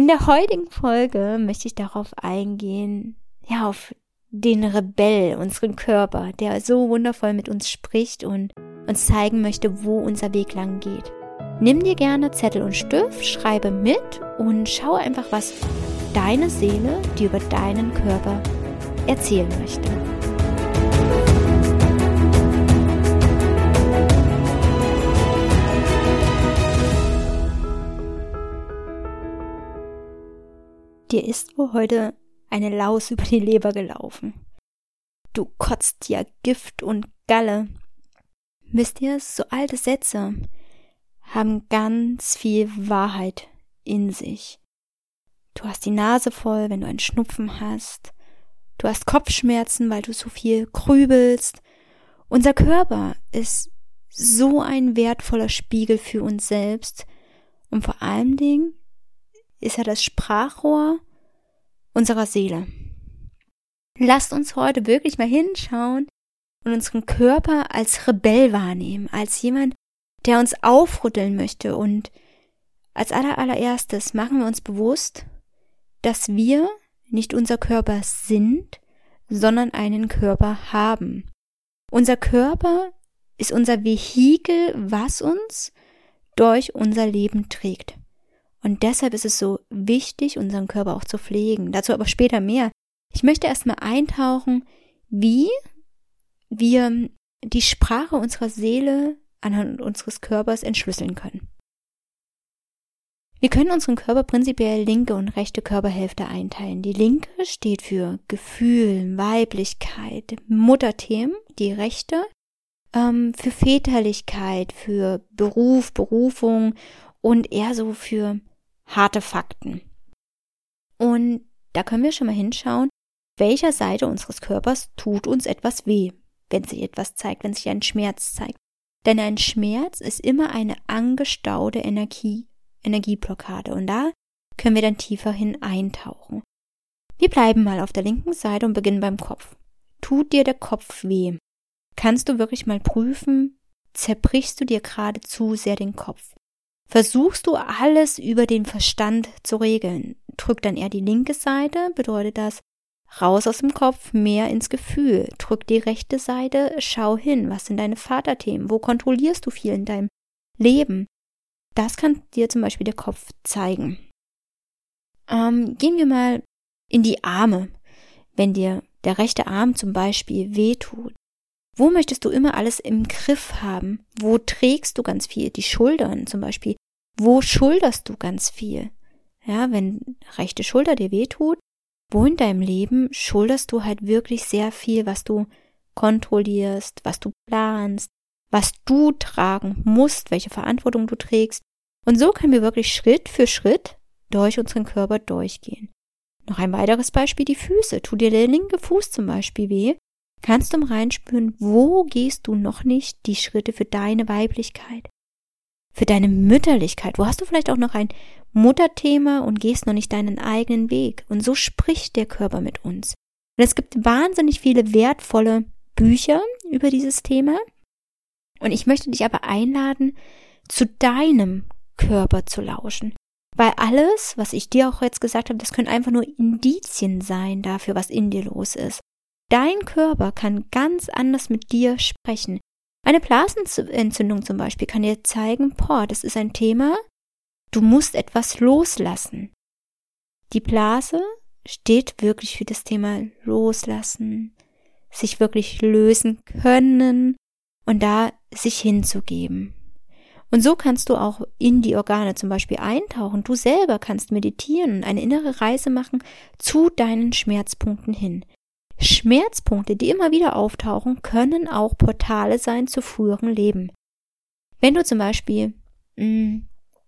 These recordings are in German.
der heutigen Folge möchte ich darauf eingehen, auf den Rebell, unseren Körper, der so wundervoll mit uns spricht und uns zeigen möchte, wo unser Weg lang geht. Nimm dir gerne Zettel und Stift, schreibe mit und schaue einfach, was deine Seele dir über deinen Körper erzählen möchte. Dir ist wohl heute eine Laus über die Leber gelaufen. Du kotzt ja Gift und Galle. Wisst ihr, so alte Sätze haben ganz viel Wahrheit in sich. Du hast die Nase voll, wenn du einen Schnupfen hast. Du hast Kopfschmerzen, weil du so viel grübelst. Unser Körper ist so ein wertvoller Spiegel für uns selbst. Und vor allen Dingen ist er das Sprachrohr unserer Seele. Lasst uns heute wirklich mal hinschauen und unseren Körper als Rebell wahrnehmen, als jemand, der uns aufrütteln möchte. Und als allererstes machen wir uns bewusst, dass wir nicht unser Körper sind, sondern einen Körper haben. Unser Körper ist unser Vehikel, was uns durch unser Leben trägt. Und deshalb ist es so wichtig, unseren Körper auch zu pflegen. Dazu aber später mehr. Ich möchte erstmal eintauchen, wie wir die Sprache unserer Seele anhand unseres Körpers entschlüsseln können. Wir können unseren Körper prinzipiell linke und rechte Körperhälfte einteilen. Die linke steht für Gefühl, Weiblichkeit, Mutterthemen, die rechte für Väterlichkeit, für Beruf, Berufung und eher so für harte Fakten. Und da können wir schon mal hinschauen, welcher Seite unseres Körpers tut uns etwas weh, wenn sich etwas zeigt, wenn sich ein Schmerz zeigt. Denn ein Schmerz ist immer eine angestaute Energieblockade und da können wir dann tiefer hin eintauchen. Wir bleiben mal auf der linken Seite und beginnen beim Kopf. Tut dir der Kopf weh? Kannst du wirklich mal prüfen, zerbrichst du dir gerade zu sehr den Kopf? Versuchst du alles über den Verstand zu regeln? Drück dann eher die linke Seite, bedeutet das raus aus dem Kopf, mehr ins Gefühl. Drück die rechte Seite, schau hin, was sind deine Vaterthemen? Wo kontrollierst du viel in deinem Leben? Das kann dir zum Beispiel der Kopf zeigen. Gehen wir mal in die Arme. Wenn dir der rechte Arm zum Beispiel wehtut, wo möchtest du immer alles im Griff haben? Wo trägst du ganz viel? Die Schultern zum Beispiel. Wo schulterst du ganz viel? Ja, wenn rechte Schulter dir wehtut, wo in deinem Leben schulterst du halt wirklich sehr viel, was du kontrollierst, was du planst, was du tragen musst, welche Verantwortung du trägst. Und so können wir wirklich Schritt für Schritt durch unseren Körper durchgehen. Noch ein weiteres Beispiel, die Füße. Tut dir der linke Fuß zum Beispiel weh, kannst du mal reinspüren, wo gehst du noch nicht die Schritte für deine Weiblichkeit, für deine Mütterlichkeit. Wo hast du vielleicht auch noch ein Mutterthema und gehst noch nicht deinen eigenen Weg. Und so spricht der Körper mit uns. Und es gibt wahnsinnig viele wertvolle Bücher über dieses Thema. Und ich möchte dich aber einladen, zu deinem Körper zu lauschen. Weil alles, was ich dir auch jetzt gesagt habe, das können einfach nur Indizien sein dafür, was in dir los ist. Dein Körper kann ganz anders mit dir sprechen. Eine Blasenentzündung zum Beispiel kann dir zeigen, das ist ein Thema, du musst etwas loslassen. Die Blase steht wirklich für das Thema Loslassen, sich wirklich lösen können und da sich hinzugeben. Und so kannst du auch in die Organe zum Beispiel eintauchen. Du selber kannst meditieren und eine innere Reise machen zu deinen Schmerzpunkten hin. Schmerzpunkte, die immer wieder auftauchen, können auch Portale sein zu früheren Leben. Wenn du zum Beispiel einen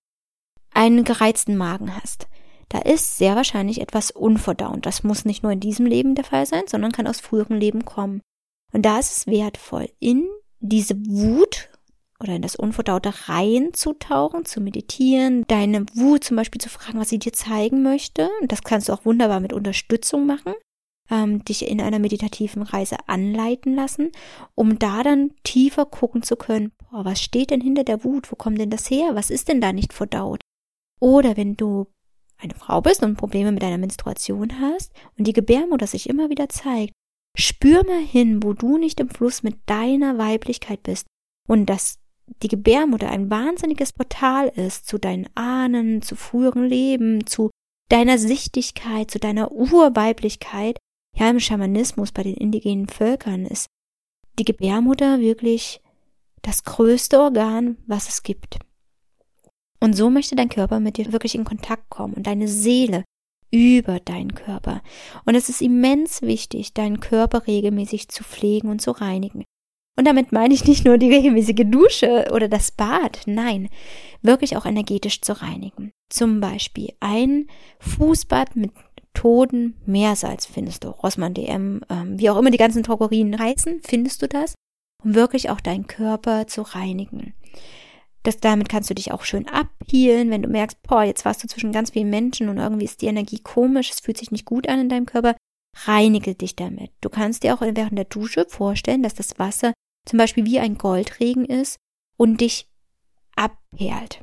gereizten Magen hast, da ist sehr wahrscheinlich etwas unverdaut. Das muss nicht nur in diesem Leben der Fall sein, sondern kann aus früheren Leben kommen. Und da ist es wertvoll, in diese Wut oder in das Unverdaute reinzutauchen, zu meditieren, deine Wut zum Beispiel zu fragen, was sie dir zeigen möchte. Und das kannst du auch wunderbar mit Unterstützung machen. Dich in einer meditativen Reise anleiten lassen, um da dann tiefer gucken zu können, was steht denn hinter der Wut, wo kommt denn das her, was ist denn da nicht verdaut? Oder wenn du eine Frau bist und Probleme mit deiner Menstruation hast und die Gebärmutter sich immer wieder zeigt, spür mal hin, wo du nicht im Fluss mit deiner Weiblichkeit bist und dass die Gebärmutter ein wahnsinniges Portal ist zu deinen Ahnen, zu früheren Leben, zu deiner Sichtigkeit, zu deiner Urweiblichkeit. Ja, im Schamanismus bei den indigenen Völkern ist die Gebärmutter wirklich das größte Organ, was es gibt. Und so möchte dein Körper mit dir wirklich in Kontakt kommen und deine Seele über deinen Körper. Und es ist immens wichtig, deinen Körper regelmäßig zu pflegen und zu reinigen. Und damit meine ich nicht nur die regelmäßige Dusche oder das Bad, nein, wirklich auch energetisch zu reinigen. Zum Beispiel ein Fußbad mit toten Meersalz findest du, Rossmann DM, wie auch immer die ganzen Drogerien heißen, findest du das, um wirklich auch deinen Körper zu reinigen. Damit kannst du dich auch schön abhealen, wenn du merkst, jetzt warst du zwischen ganz vielen Menschen und irgendwie ist die Energie komisch, es fühlt sich nicht gut an in deinem Körper, reinige dich damit. Du kannst dir auch während der Dusche vorstellen, dass das Wasser zum Beispiel wie ein Goldregen ist und dich abperlt.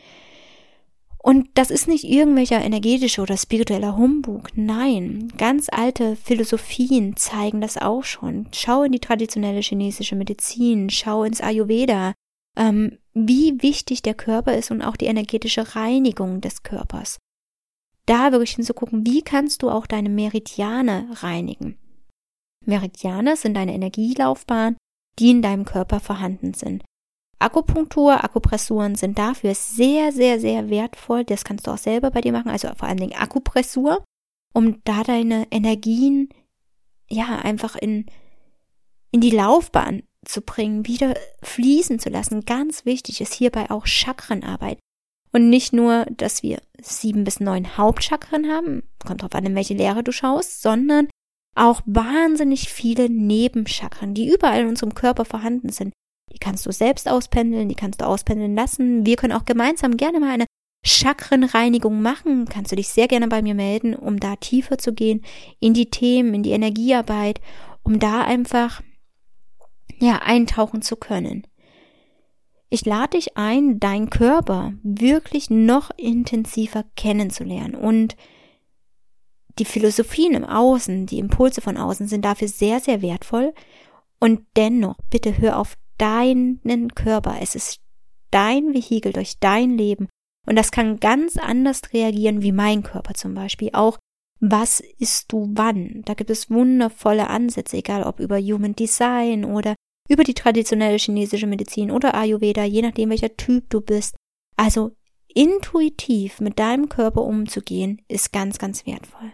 Und das ist nicht irgendwelcher energetischer oder spiritueller Humbug. Nein, ganz alte Philosophien zeigen das auch schon. Schau in die traditionelle chinesische Medizin, schau ins Ayurveda, wie wichtig der Körper ist und auch die energetische Reinigung des Körpers. Da wirklich hinzugucken, wie kannst du auch deine Meridiane reinigen. Meridiane sind deine Energielaufbahn, die in deinem Körper vorhanden sind. Akupunktur, Akupressuren sind dafür sehr, sehr, sehr wertvoll. Das kannst du auch selber bei dir machen, also vor allen Dingen Akupressur, um da deine Energien einfach in die Laufbahn zu bringen, wieder fließen zu lassen. Ganz wichtig ist hierbei auch Chakrenarbeit. Und nicht nur, dass wir 7 bis 9 Hauptchakren haben, kommt drauf an, in welche Lehre du schaust, sondern auch wahnsinnig viele Nebenchakren, die überall in unserem Körper vorhanden sind. Die kannst du selbst auspendeln, die kannst du auspendeln lassen. Wir können auch gemeinsam gerne mal eine Chakrenreinigung machen. Kannst du dich sehr gerne bei mir melden, um da tiefer zu gehen, in die Themen, in die Energiearbeit, um da einfach eintauchen zu können. Ich lade dich ein, deinen Körper wirklich noch intensiver kennenzulernen und die Philosophien im Außen, die Impulse von außen sind dafür sehr, sehr wertvoll und dennoch, bitte hör auf deinen Körper. Es ist dein Vehikel durch dein Leben und das kann ganz anders reagieren wie mein Körper zum Beispiel. Auch was isst du wann? Da gibt es wundervolle Ansätze, egal ob über Human Design oder über die traditionelle chinesische Medizin oder Ayurveda, je nachdem welcher Typ du bist. Also intuitiv mit deinem Körper umzugehen, ist ganz, ganz wertvoll.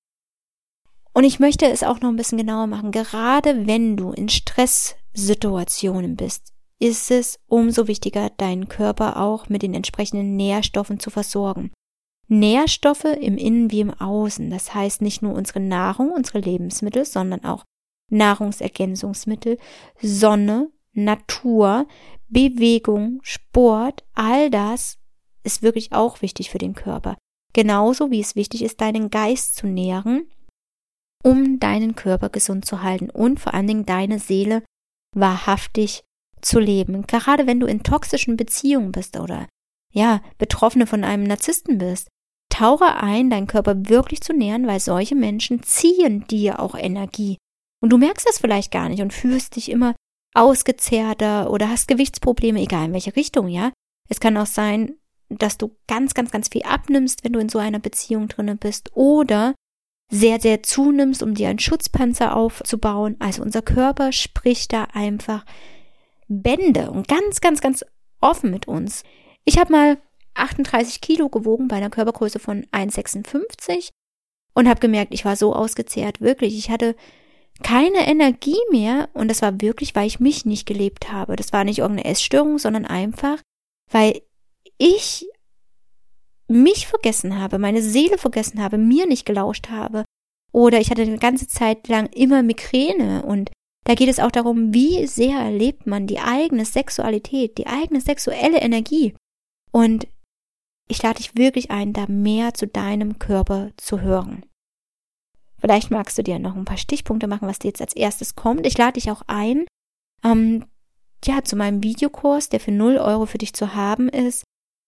Und ich möchte es auch noch ein bisschen genauer machen. Gerade wenn du in Stresssituationen bist, ist es umso wichtiger, deinen Körper auch mit den entsprechenden Nährstoffen zu versorgen. Nährstoffe im Innen wie im Außen. Das heißt nicht nur unsere Nahrung, unsere Lebensmittel, sondern auch Nahrungsergänzungsmittel, Sonne, Natur, Bewegung, Sport, all das ist wirklich auch wichtig für den Körper. Genauso wie es wichtig ist, deinen Geist zu nähren, um deinen Körper gesund zu halten und vor allen Dingen deine Seele wahrhaftig zu leben. Gerade wenn du in toxischen Beziehungen bist oder Betroffene von einem Narzissten bist, tauche ein, deinen Körper wirklich zu nähren, weil solche Menschen ziehen dir auch Energie. Und du merkst das vielleicht gar nicht und fühlst dich immer ausgezehrter oder hast Gewichtsprobleme, egal in welche Richtung, ja. Es kann auch sein, dass du ganz, ganz, ganz viel abnimmst, wenn du in so einer Beziehung drinne bist oder sehr, sehr zunimmst, um dir einen Schutzpanzer aufzubauen. Also unser Körper spricht da einfach Bände und ganz, ganz, ganz offen mit uns. Ich habe mal 38 Kilo gewogen bei einer Körpergröße von 1,56 und habe gemerkt, ich war so ausgezehrt, wirklich. Ich hatte keine Energie mehr und das war wirklich, weil ich mich nicht gelebt habe. Das war nicht irgendeine Essstörung, sondern einfach, weil ich mich vergessen habe, meine Seele vergessen habe, mir nicht gelauscht habe. Oder ich hatte eine ganze Zeit lang immer Migräne und da geht es auch darum, wie sehr erlebt man die eigene Sexualität, die eigene sexuelle Energie. Und ich lade dich wirklich ein, da mehr zu deinem Körper zu hören. Vielleicht magst du dir noch ein paar Stichpunkte machen, was dir jetzt als erstes kommt. Ich lade dich auch ein, zu meinem Videokurs, der für 0 € für dich zu haben ist,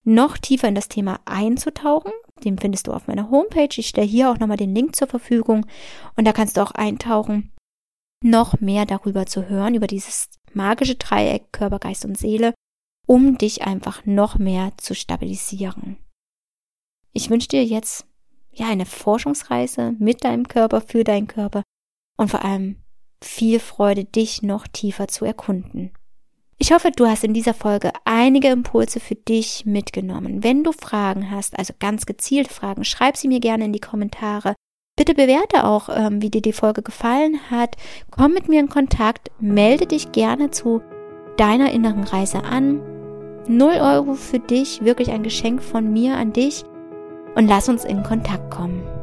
noch tiefer in das Thema einzutauchen. Den findest du auf meiner Homepage. Ich stelle hier auch nochmal den Link zur Verfügung und da kannst du auch eintauchen, noch mehr darüber zu hören, über dieses magische Dreieck Körper, Geist und Seele, um dich einfach noch mehr zu stabilisieren. Ich wünsche dir jetzt eine Forschungsreise mit deinem Körper, für deinen Körper und vor allem viel Freude, dich noch tiefer zu erkunden. Ich hoffe, du hast in dieser Folge einige Impulse für dich mitgenommen. Wenn du Fragen hast, also ganz gezielte Fragen, schreib sie mir gerne in die Kommentare. Bitte bewerte auch, wie dir die Folge gefallen hat. Komm mit mir in Kontakt, melde dich gerne zu deiner inneren Reise an. 0 € für dich, wirklich ein Geschenk von mir an dich und lass uns in Kontakt kommen.